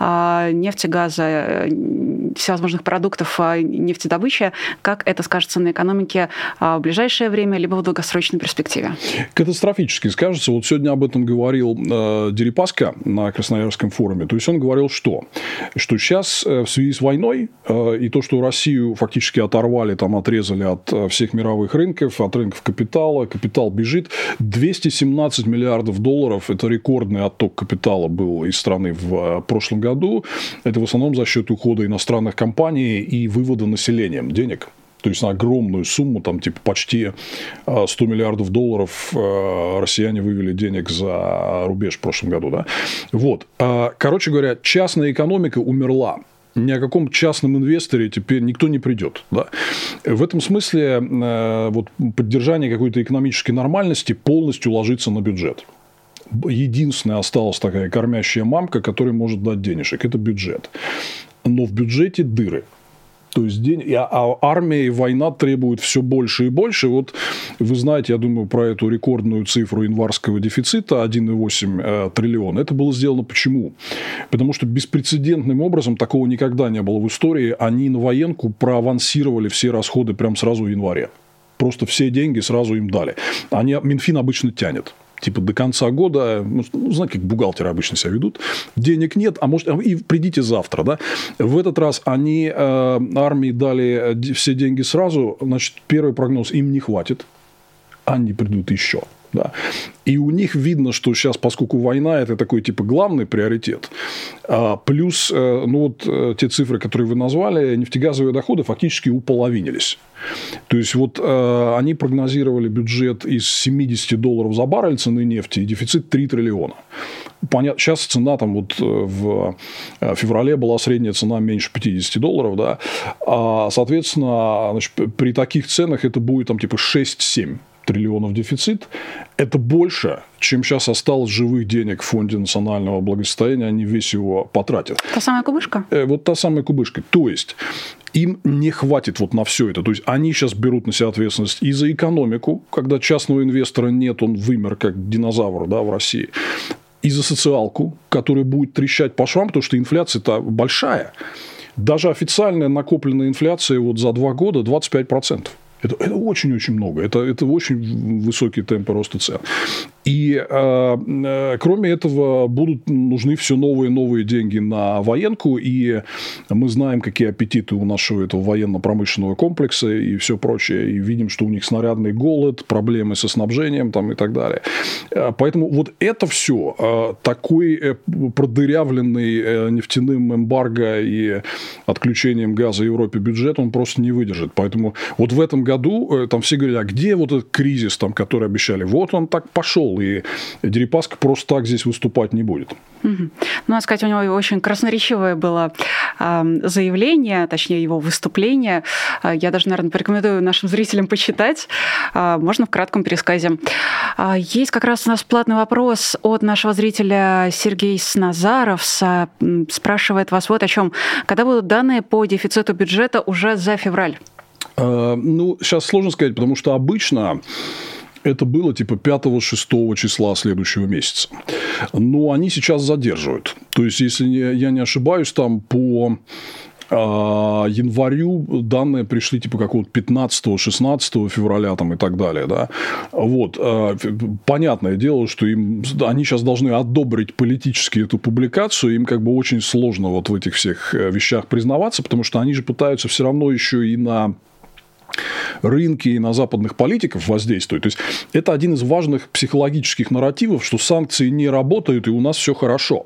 нефти, газа, всевозможных продуктов нефтедобычи, как это скажется на экономике в ближайшее время, либо в долгосрочной перспективе? Катастрофически скажется. Вот сегодня об этом говорил э, Дерипаска на Красноярском форуме. То есть, он говорил, что? Что сейчас э, в связи с войной э, и то, что Россию фактически оторвали, там, отрезали от э, всех мировых рынков, от рынков капитала, капитал бежит. двести семнадцать миллиардов долларов – это рекордный отток капитала был из страны в э, прошлом году. Это в основном за счет ухода иностранных компаний и вывода населением денег. То есть, на огромную сумму, там, типа, почти сто миллиардов долларов россияне вывели денег за рубеж в прошлом году. Да? Вот. Короче говоря, частная экономика умерла. Ни о каком частном инвесторе теперь никто не придет. Да? В этом смысле вот, поддержание какой-то экономической нормальности полностью ложится на бюджет. Единственная осталась такая кормящая мамка, которая может дать денежек – это бюджет. Но в бюджете дыры. То есть, день... а армия и война требуют все больше и больше. Вот вы знаете, я думаю, про эту рекордную цифру январского дефицита один целых восемь десятых триллиона. Это было сделано почему? Потому что беспрецедентным образом, такого никогда не было в истории, они на военку проавансировали все расходы прямо сразу в январе. Просто все деньги сразу им дали. Они, Минфин обычно тянет. Типа до конца года, ну, знаете, как бухгалтеры обычно себя ведут, денег нет, а может, и придите завтра, да. В этот раз они э, армии дали все деньги сразу, значит, первый прогноз, им не хватит, они придут еще. Да. И у них видно, что сейчас, поскольку война – это такой типа главный приоритет, а, плюс ну, вот, те цифры, которые вы назвали, нефтегазовые доходы фактически уполовинились. То есть, вот а, они прогнозировали бюджет из семидесяти долларов за баррель цены нефти и дефицит три триллиона. Понятно, сейчас цена там вот в феврале была средняя цена меньше пятидесяти долларов, да, а, соответственно, значит, при таких ценах это будет там типа шесть-семь триллионов дефицит. Это больше, чем сейчас осталось живых денег в Фонде национального благосостояния, они весь его потратят. Та самая кубышка? Э, вот та самая кубышка. То есть, им не хватит вот на все это. То есть, они сейчас берут на себя ответственность и за экономику, когда частного инвестора нет, он вымер как динозавр, да, в России, и за социалку, которая будет трещать по швам, потому что инфляция-то большая. Даже официальная накопленная инфляция вот за два года двадцать пять процентов. Это, это очень-очень много. Это, это очень высокие темпы роста цен. И э, кроме этого будут нужны все новые и новые деньги на военку. И мы знаем, какие аппетиты у нашего этого военно-промышленного комплекса и все прочее. И видим, что у них снарядный голод, проблемы со снабжением там, и так далее. Поэтому вот это все, э, такой продырявленный э, нефтяным эмбарго и отключением газа Европе бюджет, он просто не выдержит. Поэтому вот в этом году там все говорили, а где вот этот кризис, там, который обещали? Вот он так пошел. И Дерипаска просто так здесь выступать не будет. Угу. Ну, надо сказать, у него очень красноречивое было э, заявление, точнее, его выступление. Я даже, наверное, порекомендую нашим зрителям почитать. Э, можно в кратком пересказе. Э, есть как раз у нас платный вопрос от нашего зрителя Сергей Сназаров. Спрашивает вас вот о чем. Когда будут данные по дефициту бюджета уже за февраль? Э, ну, сейчас сложно сказать, потому что обычно... Это было типа пятого-шестого числа следующего месяца. Но они сейчас задерживают. То есть, если я не ошибаюсь, там по январю данные пришли типа какого-то пятнадцатого-шестнадцатого февраля там, и так далее. Да? Вот. Понятное дело, что им, они сейчас должны одобрить политически эту публикацию. Им как бы очень сложно вот в этих всех вещах признаваться, потому что они же пытаются все равно еще и на рынки и на западных политиков воздействуют. То есть, это один из важных психологических нарративов, что санкции не работают, и у нас все хорошо.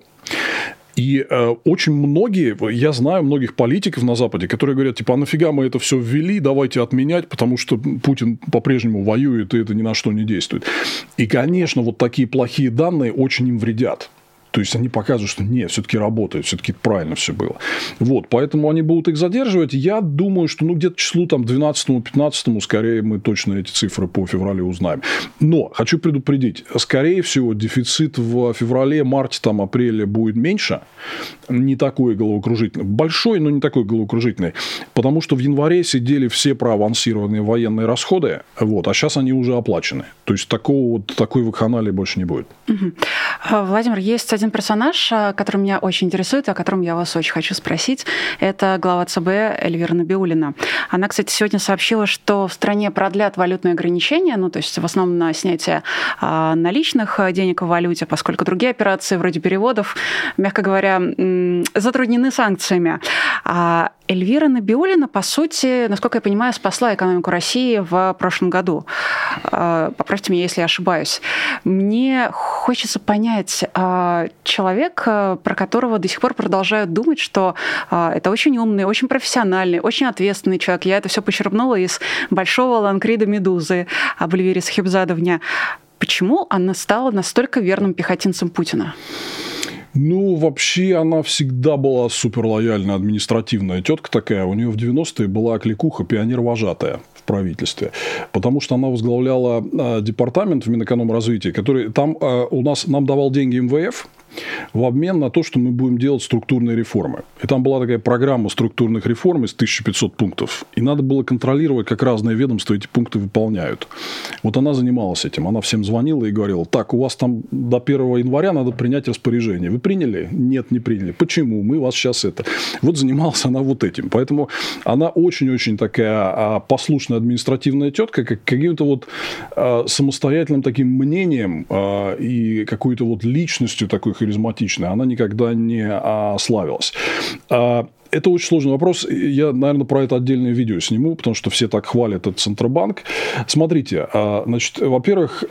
И э, очень многие, я знаю многих политиков на Западе, которые говорят, типа, а нафига мы это все ввели, давайте отменять, потому что Путин по-прежнему воюет, и это ни на что не действует. И, конечно, вот такие плохие данные очень им вредят. То есть, они показывают, что нет, все-таки работает, все-таки правильно все было. Вот, поэтому они будут их задерживать. Я думаю, что ну, где-то числу там, двенадцатому-пятнадцатому скорее мы точно эти цифры по февралю узнаем. Но хочу предупредить, скорее всего, дефицит в феврале, марте, там, апреле будет меньше. Не такой головокружительный. Большой, но не такой головокружительный. Потому что в январе сидели все проавансированные военные расходы, вот, а сейчас они уже оплачены. То есть, такого вот, такой вакханалии больше не будет. Угу. Владимир, есть один персонаж, который меня очень интересует, о котором я вас очень хочу спросить. Это глава ЦБ Эльвира Набиуллина. Она, кстати, сегодня сообщила, что в стране продлят валютные ограничения, ну, то есть в основном на снятие а, наличных денег в валюте, поскольку другие операции, вроде переводов, мягко говоря, м- затруднены санкциями. А Эльвира Набиуллина, по сути, насколько я понимаю, спасла экономику России в прошлом году. Поправьте меня, если я ошибаюсь. Мне хочется понять, человек, про которого до сих пор продолжают думать, что это очень умный, очень профессиональный, очень ответственный человек. Я это все почерпнула из большого ланкрида «Медузы» об Эльвире Сахибзадовне. Почему она стала настолько верным пехотинцем Путина? Ну, вообще, она всегда была суперлояльная административная тетка такая. У нее в девяностые была кликуха пионер-вожатая в правительстве. Потому что она возглавляла э, департамент в Минэкономразвитии, который там э, у нас нам давал деньги эм вэ эф в обмен на то, что мы будем делать структурные реформы. И там была такая программа структурных реформ из тысяча пятьсот пунктов. И надо было контролировать, как разные ведомства эти пункты выполняют. Вот она занималась этим. Она всем звонила и говорила, так, у вас там до первого января надо принять распоряжение. Вы приняли? Нет, не приняли. Почему? Мы вас сейчас это... Вот занималась она вот этим. Поэтому она очень-очень такая послушная административная тетка, как каким-то вот самостоятельным таким мнением и какой-то вот личностью такой харизматичной она никогда не славилась. Это очень сложный вопрос. Я, наверное, про это отдельное видео сниму, потому что все так хвалят этот Центробанк. Смотрите, значит, во-первых,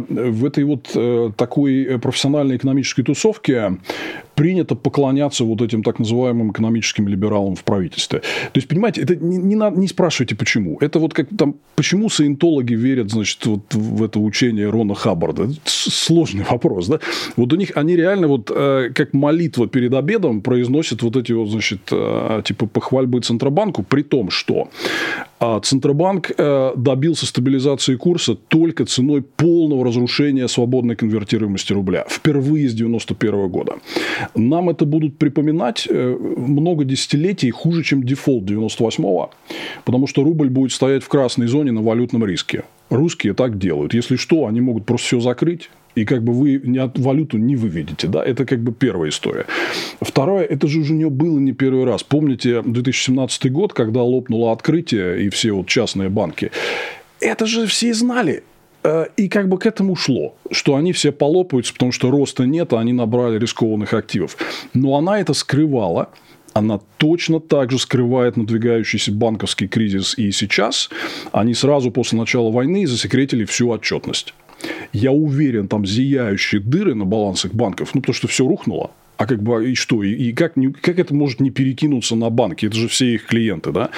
в этой вот такой профессиональной экономической тусовке принято поклоняться вот этим так называемым экономическим либералам в правительстве. То есть, понимаете, это не, не, не спрашивайте, почему. Это вот как там, почему саентологи верят, значит, вот в это учение Рона Хаббарда. Это сложный вопрос, да? Вот у них, они реально вот как молитва перед обедом произносят вот эти вот, значит, типа похвальбы Центробанку, при том, что Центробанк добился стабилизации курса только ценой полного разрушения свободной конвертируемости рубля. Впервые с девяносто первого года. Нам это будут припоминать много десятилетий хуже, чем дефолт девяносто восьмого, потому что рубль будет стоять в красной зоне на валютном риске. Русские так делают. Если что, они могут просто все закрыть. И как бы вы валюту не выведете. Да? Это как бы первая история. Второе, это же уже у нее было не первый раз. Помните две тысячи семнадцатый год, когда лопнуло открытие и все вот частные банки. Это же все знали. И как бы к этому шло, что они все полопаются, потому что роста нет, а они набрали рискованных активов. Но она это скрывала. Она точно так же скрывает надвигающийся банковский кризис и сейчас. Они сразу после начала войны засекретили всю отчетность. Я уверен, там зияющие дыры на балансах банков, ну, потому что все рухнуло. А как бы и что? И, и как, как это может не перекинуться на банки? Это же все их клиенты, да?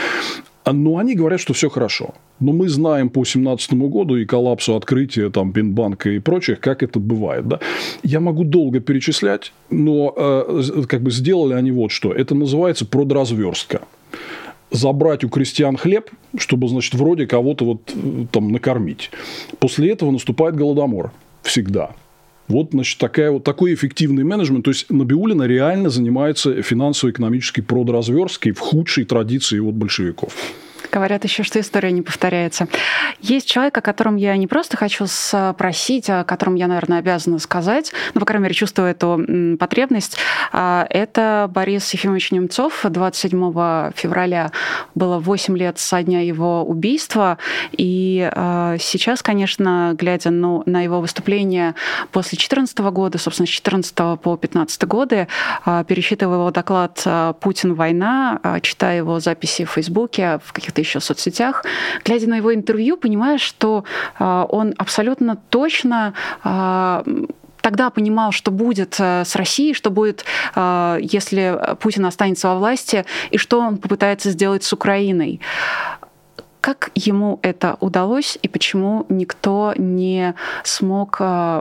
Но они говорят, что все хорошо. Но мы знаем по две тысячи семнадцатому году и коллапсу открытия там, Бинбанка и прочих, как это бывает. Да? Я могу долго перечислять, но э, как бы сделали они вот что. Это называется продразверстка. Забрать у крестьян хлеб, чтобы, значит, вроде кого-то вот там накормить. После этого наступает голодомор. Всегда. Вот, значит, такая, вот такой эффективный менеджмент. То есть, Набиуллина реально занимается финансово-экономической продразверсткой в худшей традиции вот большевиков. Говорят еще, что история не повторяется. Есть человек, о котором я не просто хочу спросить, о котором я, наверное, обязана сказать, ну, по крайней мере, чувствую эту потребность. Это Борис Ефимович Немцов. двадцать седьмого февраля было восемь лет со дня его убийства. И сейчас, конечно, глядя ну, на его выступление после две тысячи четырнадцатого года, собственно, с две тысячи четырнадцатого по две тысячи пятнадцатый годы, пересчитывая его доклад «Путин. Война», читая его записи в Фейсбуке, в каких-то еще соцсетях, глядя на его интервью, понимаешь, что он абсолютно точно тогда понимал, что будет с Россией, что будет, если Путин останется во власти, и что он попытается сделать с Украиной. Как ему это удалось, и почему никто не смог,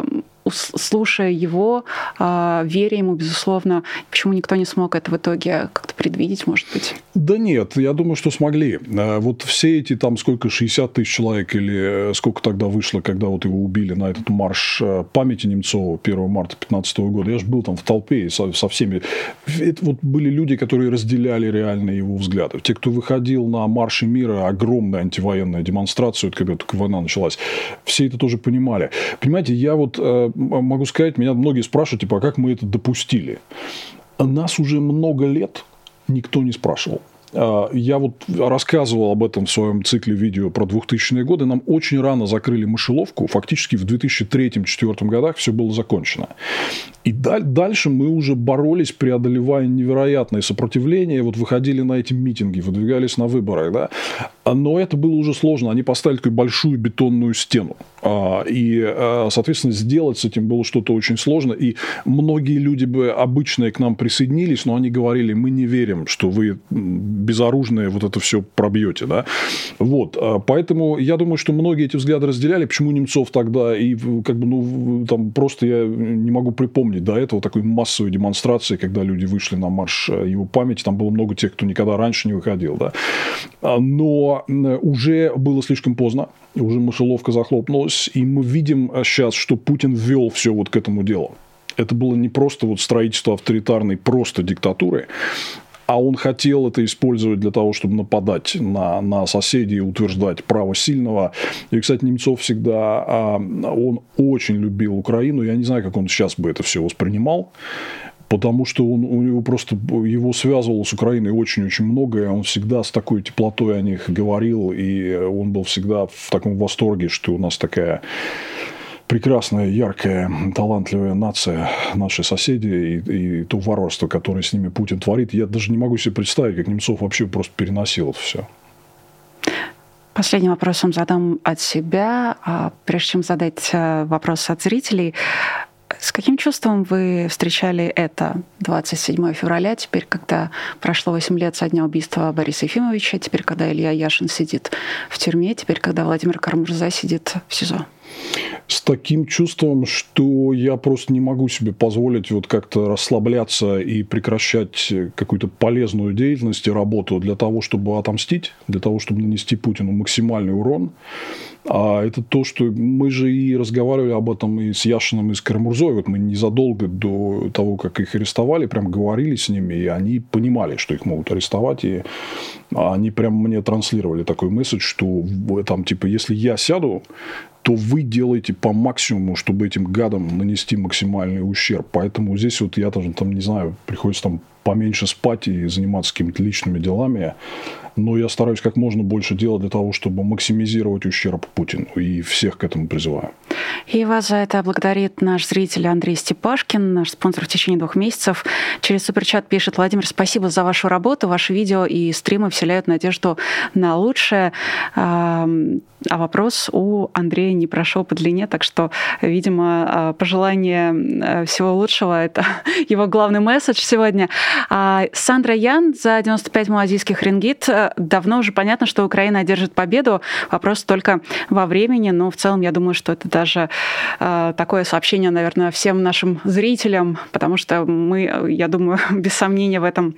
слушая его, веря ему, безусловно, почему никто не смог это в итоге как-то предвидеть, может быть? Да нет, я думаю, что смогли. Вот все эти там сколько, шестьдесят тысяч человек или сколько тогда вышло, когда вот его убили на этот марш памяти Немцова первого марта две тысячи пятнадцатого года. Я же был там в толпе со, со всеми. Это вот были люди, которые разделяли реально его взгляды. Те, кто выходил на марши мира, огромная антивоенная демонстрация, когда только война началась, все это тоже понимали. Понимаете, я вот могу сказать, меня многие спрашивают, типа, а как мы это допустили? Нас уже много лет никто не спрашивал. Я вот рассказывал об этом в своем цикле видео про двухтысячные годы. Нам очень рано закрыли мышеловку. Фактически в две тысячи третьем — две тысячи четвёртом годах все было закончено. И дальше мы уже боролись, преодолевая невероятное сопротивление. Вот выходили на эти митинги, выдвигались на выборы. Да? Но это было уже сложно. Они поставили такую большую бетонную стену. И, соответственно, сделать с этим было что-то очень сложно. И многие люди бы обычные к нам присоединились, но они говорили, мы не верим, что вы безоружные вот это все пробьете. Да? Вот. Поэтому я думаю, что многие эти взгляды разделяли. Почему Немцов тогда? И как бы, ну, там просто я не могу припомнить до этого такой массовой демонстрации, когда люди вышли на марш его памяти. Там было много тех, кто никогда раньше не выходил. Да? Но уже было слишком поздно. Уже мышеловка захлопнулась. И мы видим сейчас, что Путин ввел все вот к этому делу. Это было не просто вот строительство авторитарной просто диктатуры, а он хотел это использовать для того, чтобы нападать на, на соседей и утверждать право сильного. И, кстати, Немцов всегда, он очень любил Украину. Я не знаю, как он сейчас бы это все воспринимал, потому что он, у него просто, его связывало с Украиной очень-очень многое. Он всегда с такой теплотой о них говорил, и он был всегда в таком восторге, что у нас такая прекрасная, яркая, талантливая нация, наши соседи, и, и то варварство, которое с ними Путин творит. Я даже не могу себе представить, как Немцов вообще просто переносил это все. Последний вопрос вам задам от себя. Прежде чем задать вопрос от зрителей, с каким чувством вы встречали это двадцать седьмого февраля, теперь, когда прошло восемь лет со дня убийства Бориса Ефимовича, теперь, когда Илья Яшин сидит в тюрьме, теперь, когда Владимир Карамурза сидит в СИЗО? С таким чувством, что я просто не могу себе позволить вот как-то расслабляться и прекращать какую-то полезную деятельность и работу для того, чтобы отомстить, для того, чтобы нанести Путину максимальный урон. А это то, что мы же и разговаривали об этом и с Яшиным, и с Карамурзой. Вот мы незадолго до того, как их арестовали, прям говорили с ними, и они понимали, что их могут арестовать. И они прям мне транслировали такой месседж, что там, типа, если я сяду, то вы делаете по максимуму, чтобы этим гадам нанести максимальный ущерб. Поэтому здесь вот я даже, там, не знаю, приходится там поменьше спать и заниматься какими-то личными делами. Но я стараюсь как можно больше делать для того, чтобы максимизировать ущерб Путину. И всех к этому призываю. И вас за это благодарит наш зритель Андрей Степашкин, наш спонсор в течение двух месяцев. Через суперчат пишет: Владимир, спасибо за вашу работу. Ваши видео и стримы вселяют надежду на лучшее. А вопрос у Андрея не прошел по длине, так что, видимо, пожелание всего лучшего — это его главный месседж сегодня. Сандра Ян за девяносто пять малазийских рингит. Давно уже понятно, что Украина одержит победу. Вопрос только во времени. Но в целом, я думаю, что это даже такое сообщение, наверное, всем нашим зрителям, потому что мы, я думаю, без сомнения в этом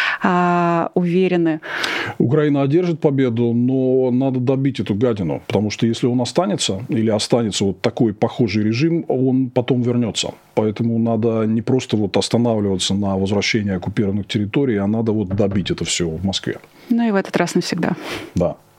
уверены. Украина одержит победу, но надо добить эту гадину. Потому что если он останется, или останется вот такой похожий режим, он потом вернется. Поэтому надо не просто вот останавливаться на возвращении оккупированных территорий, а надо вот добить это все в Москве. Ну и в этот раз навсегда. Да.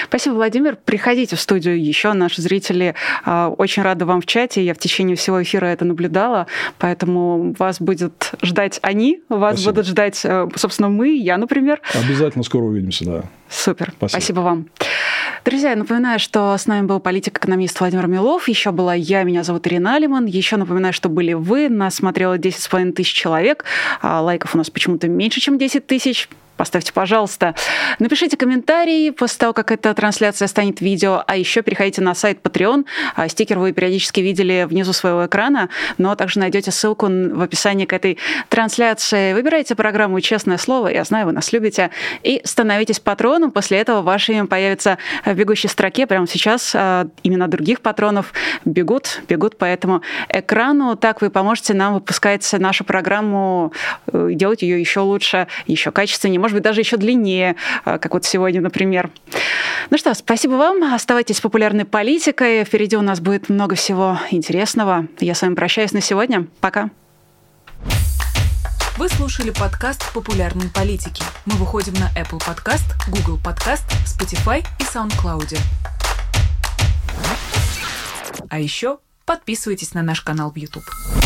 Спасибо, Владимир. Приходите в студию еще. Наши зрители очень рады вам в чате. Я в течение всего эфира это наблюдала, поэтому вас будет ждать они, вас Спасибо. Будут ждать, собственно, мы, я, например. Обязательно скоро увидимся, да. Супер. Спасибо, Спасибо вам. Друзья, я напоминаю, что с нами был политик-экономист Владимир Милов, еще была я, меня зовут Ирина Алиман. Еще напоминаю, что были вы, нас смотрело десять с половиной тысяч человек, а лайков у нас почему-то меньше, чем десять тысяч. Поставьте, пожалуйста. Напишите комментарии после того, как эта трансляция станет видео. А еще переходите на сайт Patreon. Стикер вы периодически видели внизу своего экрана, но также найдете ссылку в описании к этой трансляции. Выбирайте программу «Честное слово». Я знаю, вы нас любите. И становитесь патроном. После этого ваше имя появится в бегущей строке. Прямо сейчас имена других патронов бегут, бегут по этому экрану. Так вы поможете нам выпускать нашу программу, делать ее еще лучше, еще качественнее, может быть, даже еще длиннее, как вот сегодня, например. Ну что, спасибо вам. Оставайтесь с популярной политикой. Впереди у нас будет много всего интересного. Я с вами прощаюсь на сегодня. Пока. Вы слушали подкаст «Популярные политики». Мы выходим на Apple Podcast, Google Podcast, Spotify и SoundCloud. А еще подписывайтесь на наш канал в YouTube.